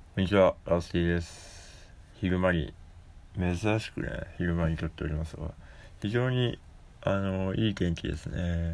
こんにちは、ラスティです。昼間に、珍しくね、昼間に撮っておりますが、非常に、いい天気ですね。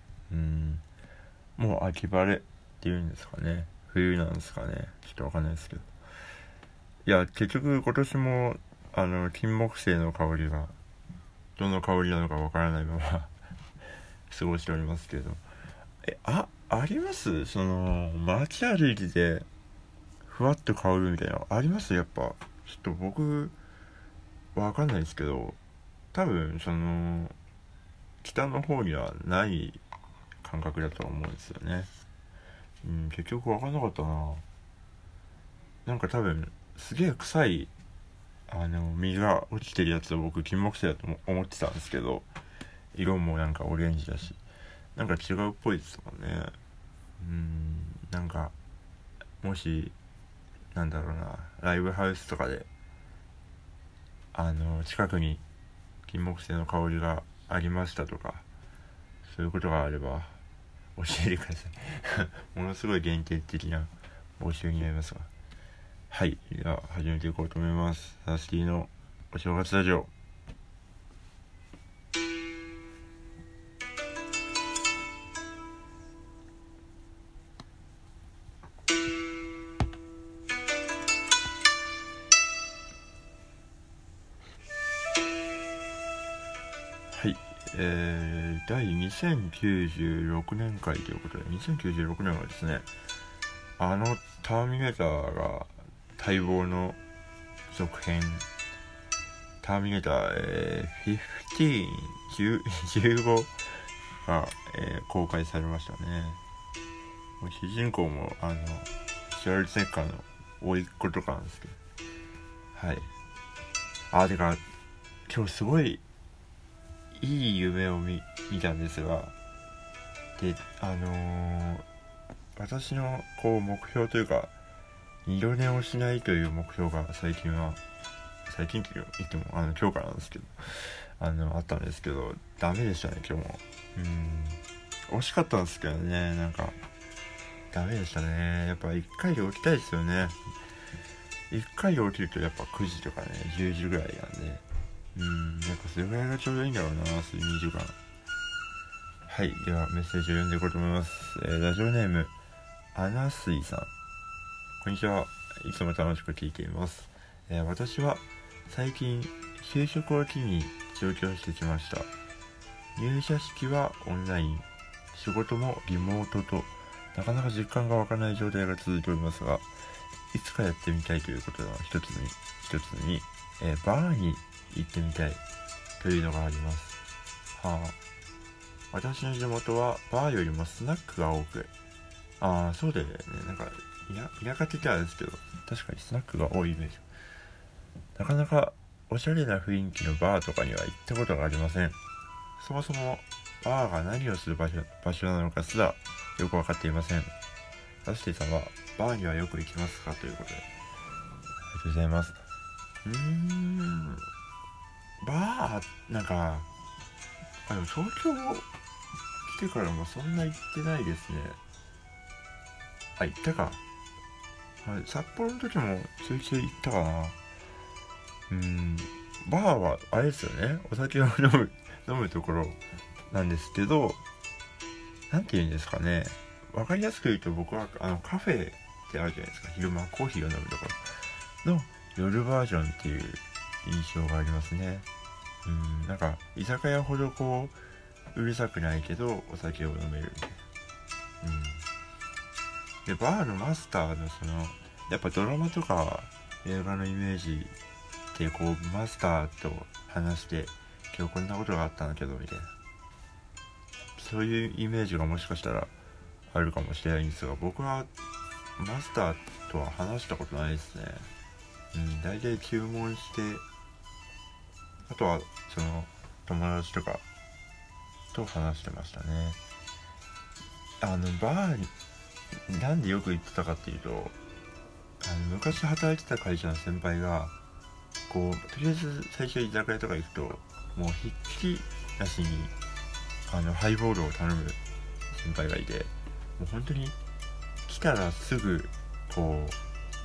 もう秋晴れっていうんですかね。冬なんですかね。ちょっとわかんないですけど。いや、結局今年も、金木犀の香りが、どの香りなのかわからないまま過ごしておりますけど。あります街歩いてて、ふわっと香るみたいな、ありますやっぱ。ちょっと僕、わかんないですけど、多分北の方にはない感覚だと思うんですよね。結局わかんなかったな。なんか多分すげえ臭い実が落ちてるやつを僕金木犀だと思ってたんですけど、色もなんかオレンジだし、なんか違うっぽいですもんね。なんかもしなんだろうな、ライブハウスとかで近くに金木犀の香りがありましたとか、そういうことがあれば教えてくださいものすごい限定的な募集になりますが、はい、では始めていこうと思います。サスティのお正月ラジオ。はい、第2096年回ということで、2096年はですね、ターミネーターが待望の続編、ターミネーター、15が、公開されましたね。主人公もシュワルツェネッガーの甥っ子とかなんですけど、はい。てか今日すごいいい夢を見たんですが、で私の目標というか、二度寝をしないという目標が最近って言っても今日からなんですけど、あったんですけど、ダメでしたね今日も。惜しかったんですけどね、なんかダメでしたね。やっぱ1回で起きたいですよね。1回で起きるとやっぱ9時とかね、10時ぐらいなんで、やっぱそれぐらいがちょうどいいんだろうな、睡眠時間。はい、ではメッセージを読んでいこうと思います。ラジオネームアナスイさん、こんにちは。いつも楽しく聞いています。私は最近就職を機に上京してきました。入社式はオンライン、仕事もリモートと、なかなか実感が湧かない状態が続いておりますが、いつかやってみたいということの一つに、バーに行ってみたいというのがあります。私の地元はバーよりもスナックが多く、そうだよね。なんか田舎的なんですけど、確かにスナックが多いイメージ。なかなかおしゃれな雰囲気のバーとかには行ったことがありません。そもそもバーが何をする場所なのかすらよく分かっていません。ラスティさんはバーにはよく行きますか、ということで、ありがとうございます。バーなんかでも東京来てからもそんな行ってないですね。行ったか。札幌の時もちょいちょい行ったかな。バーはあれですよね、お酒を飲むところなんですけど、なんて言うんですかね、わかりやすく言うと、僕はカフェってあるじゃないですか、昼間コーヒーを飲むところの夜バージョンっていう印象がありますね。なんか居酒屋ほどうるさくないけどお酒を飲めるみたいな。でバーのマスターのやっぱドラマとか映画のイメージでマスターと話して、今日こんなことがあったんだけどみたいな、そういうイメージがもしかしたらあるかもしれないんですが、僕はマスターとは話したことないですね。大体注文して、あとは友達とかと話してましたね。バーになんでよく行ってたかっていうと、昔働いてた会社の先輩がとりあえず最初居酒屋とか行くと、もうひっきりなしにハイボールを頼む先輩がいて、もう本当に来たらすぐお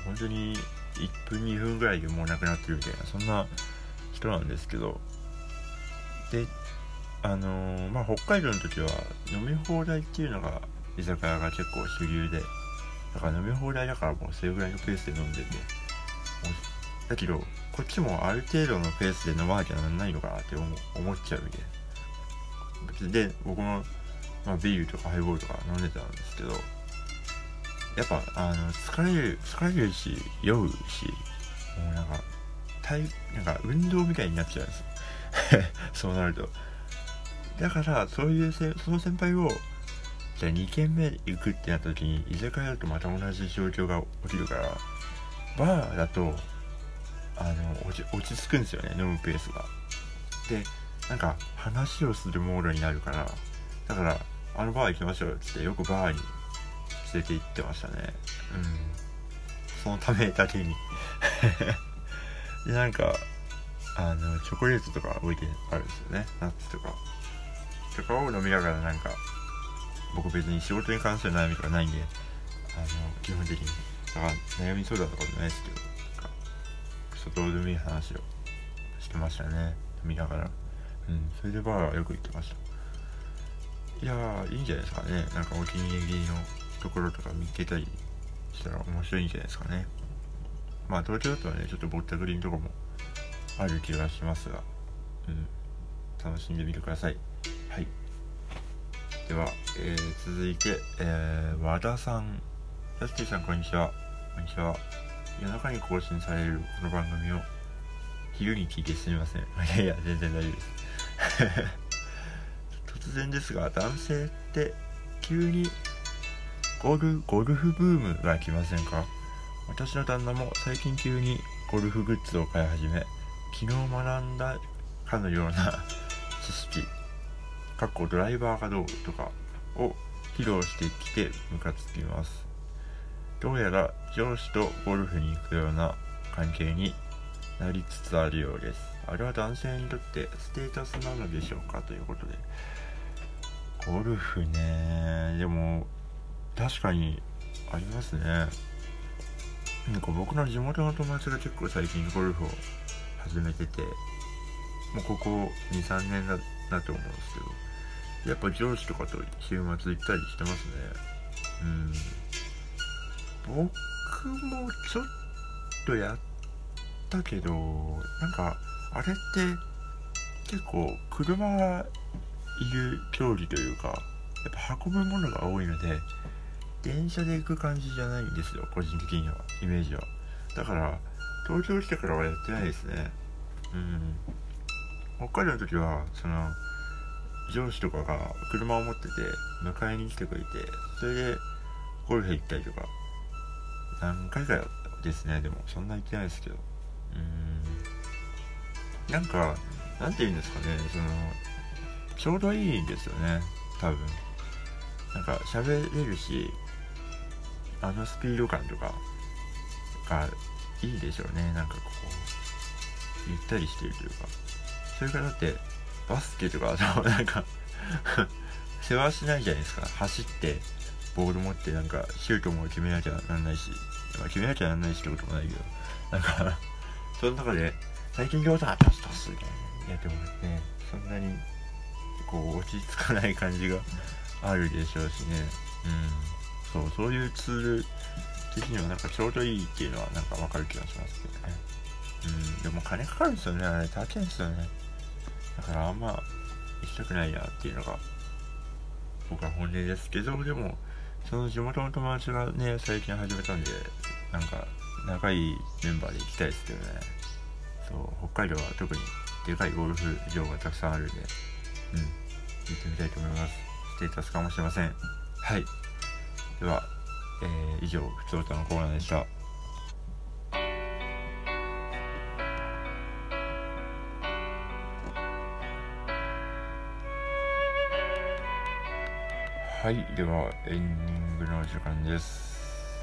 本当に1分2分ぐらいでもうなくなってるみたいな、そんな人なんですけど、で北海道の時は飲み放題っていうのが居酒屋が結構主流で、だから飲み放題だからもうそれぐらいのペースで飲んでて、だけどこっちもある程度のペースで飲まなきゃならないのかなって思っちゃうみたいな。で僕も、ビールとかハイボールとか飲んでたんですけど、やっぱ疲れるし酔うし、もうなんか運動みたいになっちゃうんですよそうなると。だからその先輩をじゃあ2軒目行くってなった時に居酒屋だとまた同じ状況が起きるから、バーだと落ち着くんですよね、飲むペースが。でなんか話をするモードになるから、だからバー行きましょうよってよくバーに連れて行ってましたね。そのためだけにでなんかチョコレートとか置いてあるんですよね、ナッツとかを飲みながら、なんか僕別に仕事に関する悩みとかないんで、基本的にだから悩み相談とかもないですけど、どうでもいい話をしてましたね、飲みながら。それでバーはよく行ってました。いやー、いいんじゃないですかね。なんかお気に入りのところとか見つけたりしたら面白いんじゃないですかね。東京だとはねちょっとぼったくりのとこもある気がしますが、楽しんでみてください。はい。では、続いて、和田さん。やすきさん、こんにちは。こんにちは。夜中に更新されるこの番組を昼に聞いてすみません。いや全然大丈夫です突然ですが、男性って急にゴルフブームが来ませんか？私の旦那も最近急にゴルフグッズを買い始め、昨日学んだかのような知識ドライバーがどうとかを披露してきてムカつきます。どうやら上司とゴルフに行くような関係になりつつあるようです。あれは男性にとってステータスなのでしょうか、ということで。ゴルフね、でも確かにありますね。なんか僕の地元の友達が結構最近ゴルフを始めてて、もうここ 2,3 年だと思うんですけど、やっぱ上司とかと週末行ったりしてますね。僕もちょっとやったけど、なんかあれって結構車がいる競技というか、やっぱ運ぶものが多いので電車で行く感じじゃないんですよ、個人的には。イメージはだから東京来てからはやってないですね。北海道の時はその上司とかが車を持ってて迎えに来てくれて、それでゴルフ行ったりとか何回かですね。でもそんな行ってないですけど、なんかなんて言うんですかね、ちょうどいいんですよね、多分。なんか喋れるし、スピード感とかがいいでしょうね。なんかこうゆったりしてるというか。それからだってバスケとかなんか世話しないじゃないですか。走ってボール持ってなんかシュートも決めなきゃなんないし、決めなきゃなんないしってこともないけど、なんかその中で最近餃子タスタスみたいなやってもね、そんなにこう落ち着かない感じがあるでしょうしね。そういうツール的にはなんかちょうどいいっていうのはなんかわかる気がしますけどね。でも金かかるんですよね、あれ高いんですよね。だからあんま行きたくないなっていうのが僕は本音ですけど、でもその地元の友達がね最近始めたんで、なんか仲いいメンバーで行きたいですけどね。北海道は特にでかいゴルフ場がたくさんあるんで、行ってみたいと思います。ステータスかもしれません。はい、では、以上ふつおたのコーナーでした。はい、ではエンディングの時間です。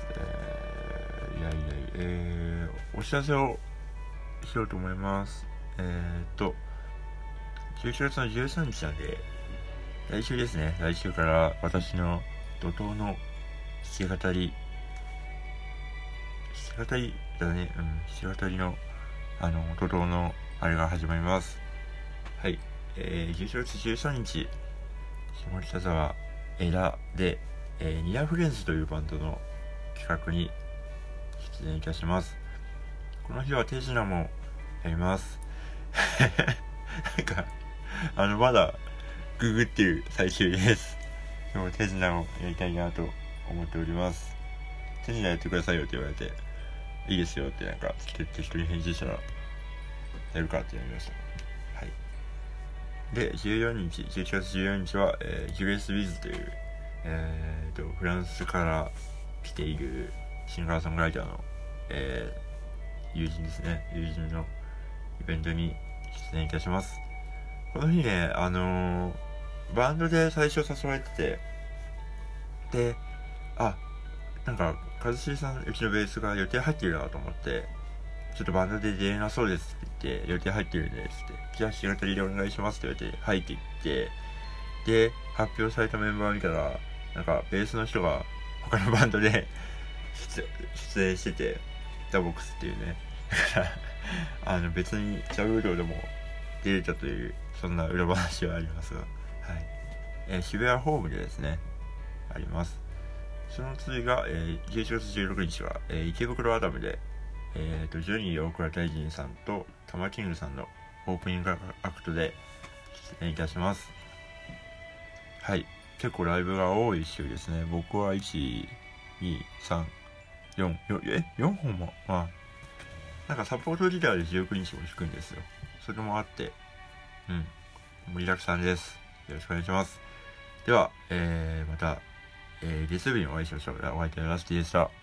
お知らせをしようと思います。11月の13日なんで来週ですね。来週から私の怒涛の弾き語弾き語りだね。弾き語りの怒涛のあれが始まります。はい。11月13日、下北沢枝で、ニアフレンズというバンドの企画に出演いたします。この日は手品もやります。なんか、まだググってる最中です。でも手品をやりたいなと思っております。手品やってくださいよって言われて、いいですよってなんか適当に返事したら、やるかってやりました。はい。で、11月14日は、ジュレス・ウィズという、フランスから来ているシンガーソングライターの、友人ですね。友人のイベントに出演いたします。この日ね、バンドで最初誘われてて、で、なんか、一茂さん、うちのベースが予定入ってるなと思って、ちょっとバンドで出れなそうですって言って、予定入ってるんですって、じゃあ弾き語りでお願いしますって言われて入っていって、で、発表されたメンバー見たら、なんか、ベースの人が他のバンドで出演してて、ザボックスっていうね。だから、別にジャブローでも出れたという、そんな裏話はありますが、はい。渋谷ホームでですね、あります。その次が、11月16日は、池袋アダムで、ジョニー大倉大臣さんとタマキングさんのオープニングアクトで出演いたします。はい。結構ライブが多い週ですね。僕は1、2、3、4本も、なんかサポートギターで19日も弾くんですよ。それもあって、盛りだくさんです。よろしくお願いします。では、また、月曜日にお会いしましょう。お相手はラスティでした。